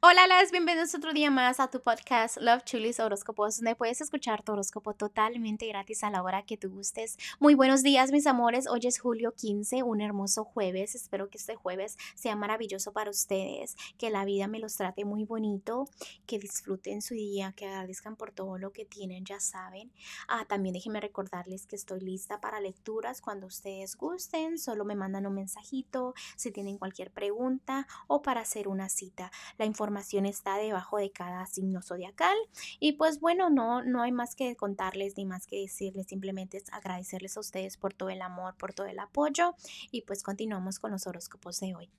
Hola, las bienvenidos otro día más a tu podcast Love Chulis Horóscopos, donde puedes escuchar tu horóscopo totalmente gratis a la hora que tú gustes. Muy buenos días, mis amores. Hoy es julio 15, un hermoso jueves. Espero que este jueves sea maravilloso para ustedes, que la vida me los trate muy bonito, que disfruten su día, que agradezcan por todo lo que tienen, ya saben. También déjenme recordarles que estoy lista para lecturas cuando ustedes gusten. Solo me mandan un mensajito si tienen cualquier pregunta o para hacer una cita. La información está debajo de cada signo zodiacal y pues bueno, no hay más que contarles ni más que decirles, simplemente es agradecerles a ustedes por todo el amor, por todo el apoyo y pues continuamos con los horóscopos de hoy.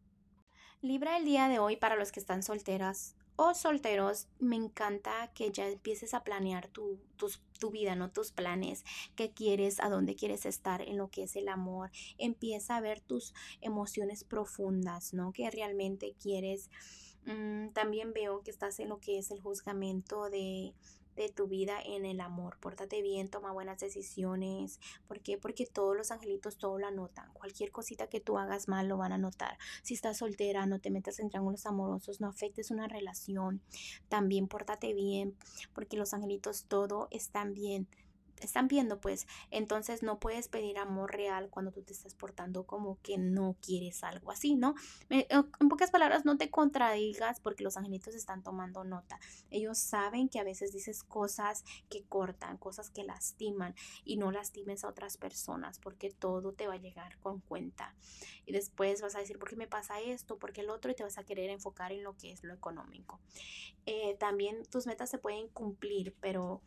Libra, el día de hoy para los que están solteras o solteros, me encanta que ya empieces a planear tu vida, ¿no? Tus planes, qué quieres, a dónde quieres estar en lo que es el amor. Empieza a ver tus emociones profundas, ¿no? Que realmente quieres. También veo que estás en lo que es el juzgamiento de tu vida en el amor. Pórtate bien, toma buenas decisiones. ¿Por qué? Porque todos los angelitos todo lo anotan. Cualquier cosita que tú hagas mal lo van a notar. Si estás soltera, no te metas en triángulos amorosos, no afectes una relación. También pórtate bien, porque los angelitos todo están bien. Están viendo, pues, entonces no puedes pedir amor real cuando tú te estás portando como que no quieres algo así, ¿no? En pocas palabras, no te contradigas porque los angelitos están tomando nota. Ellos saben que a veces dices cosas que cortan, cosas que lastiman y no lastimes a otras personas porque todo te va a llegar con cuenta. Y después vas a decir, ¿por qué me pasa esto? ¿Por qué el otro? Y te vas a querer enfocar en lo que es lo económico. También tus metas se pueden cumplir, pero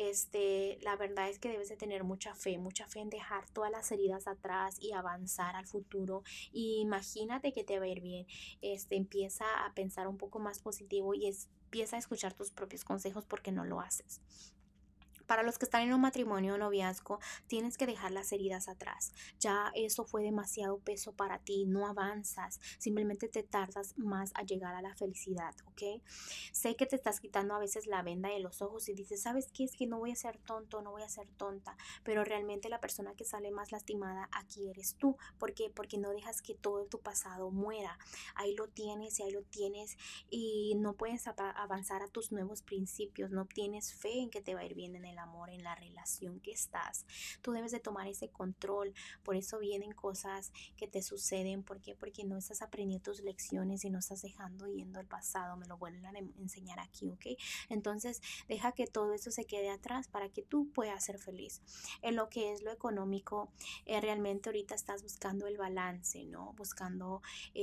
la verdad es que debes de tener mucha fe en dejar todas las heridas atrás y avanzar al futuro. Y imagínate que te va a ir bien. Empieza a pensar un poco más positivo y empieza a escuchar tus propios consejos porque no lo haces. Para los que están en un matrimonio o noviazgo, tienes que dejar las heridas atrás. Ya eso fue demasiado peso para ti, no avanzas, simplemente te tardas más a llegar a la felicidad, ¿ok? Sé que te estás quitando a veces la venda de los ojos y dices, ¿sabes qué? Es que no voy a ser tonto, no voy a ser tonta, pero realmente la persona que sale más lastimada aquí eres tú. ¿Por qué? Porque no dejas que todo tu pasado muera. Ahí lo tienes y ahí lo tienes y no puedes avanzar a tus nuevos principios, no tienes fe en que te va a ir bien en el amor, en la relación que estás. Tú debes de tomar ese control, por eso vienen cosas que te suceden, ¿por qué? Porque no estás aprendiendo tus lecciones y no estás dejando yendo al pasado, me lo vuelven a enseñar aquí, ¿ok? Entonces, deja que todo eso se quede atrás para que tú puedas ser feliz. En lo que es lo económico, realmente ahorita estás buscando el balance, ¿no? Buscando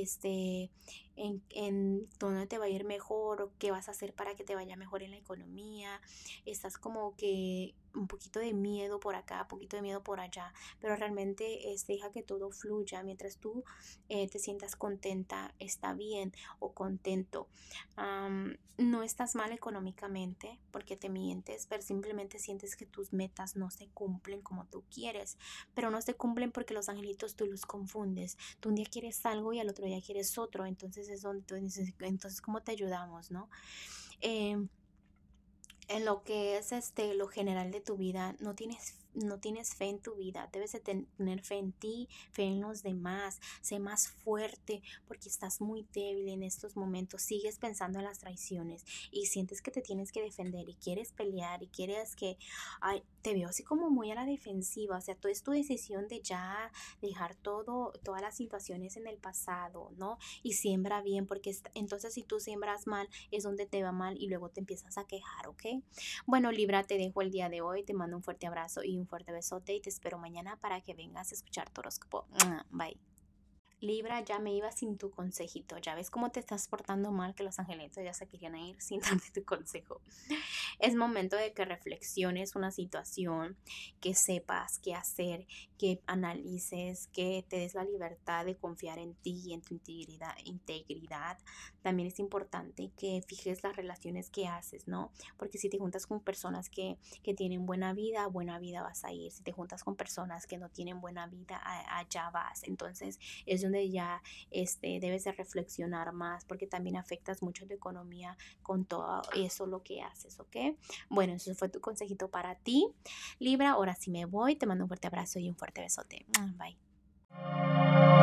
en dónde te va a ir mejor o qué vas a hacer para que te vaya mejor en la economía. Estás como que un poquito de miedo por acá, un poquito de miedo por allá, pero realmente deja que todo fluya. Mientras tú te sientas contenta, está bien o contento. No estás mal económicamente porque te mientes, pero simplemente sientes que tus metas no se cumplen como tú quieres, pero no se cumplen porque los angelitos tú los confundes. Tú un día quieres algo y al otro día quieres otro, entonces es donde tú dices, entonces, ¿cómo te ayudamos, no? Em, en lo que es lo general de tu vida, no tienes fe en tu vida, debes de tener fe en ti, fe en los demás, sé más fuerte porque estás muy débil en estos momentos, sigues pensando en las traiciones y sientes que te tienes que defender y quieres pelear y quieres que, ay, te veo así como muy a la defensiva, o sea, tú es tu decisión de ya dejar todas las situaciones en el pasado, ¿no? Y siembra bien porque entonces si tú siembras mal es donde te va mal y luego te empiezas a quejar, ¿ok? Bueno, Libra, te dejo el día de hoy, te mando un fuerte abrazo y un fuerte besote y te espero mañana para que vengas a escuchar tu horóscopo. Bye. Libra, ya me iba sin tu consejito. Ya ves cómo te estás portando mal que los angelitos ya se querían ir sin darte tu consejo. Es momento de que reflexiones una situación, que sepas qué hacer, que analices, que te des la libertad de confiar en ti y en tu integridad. También es importante que fijes las relaciones que haces, ¿no? Porque si te juntas con personas que tienen buena vida vas a ir. Si te juntas con personas que no tienen buena vida, allá vas. Entonces es donde ya debes de reflexionar más porque también afectas mucho tu economía con todo eso lo que haces, ¿ok? Bueno, eso fue tu consejito para ti, Libra. Ahora sí me voy, te mando un fuerte abrazo y un fuerte besote. Bye.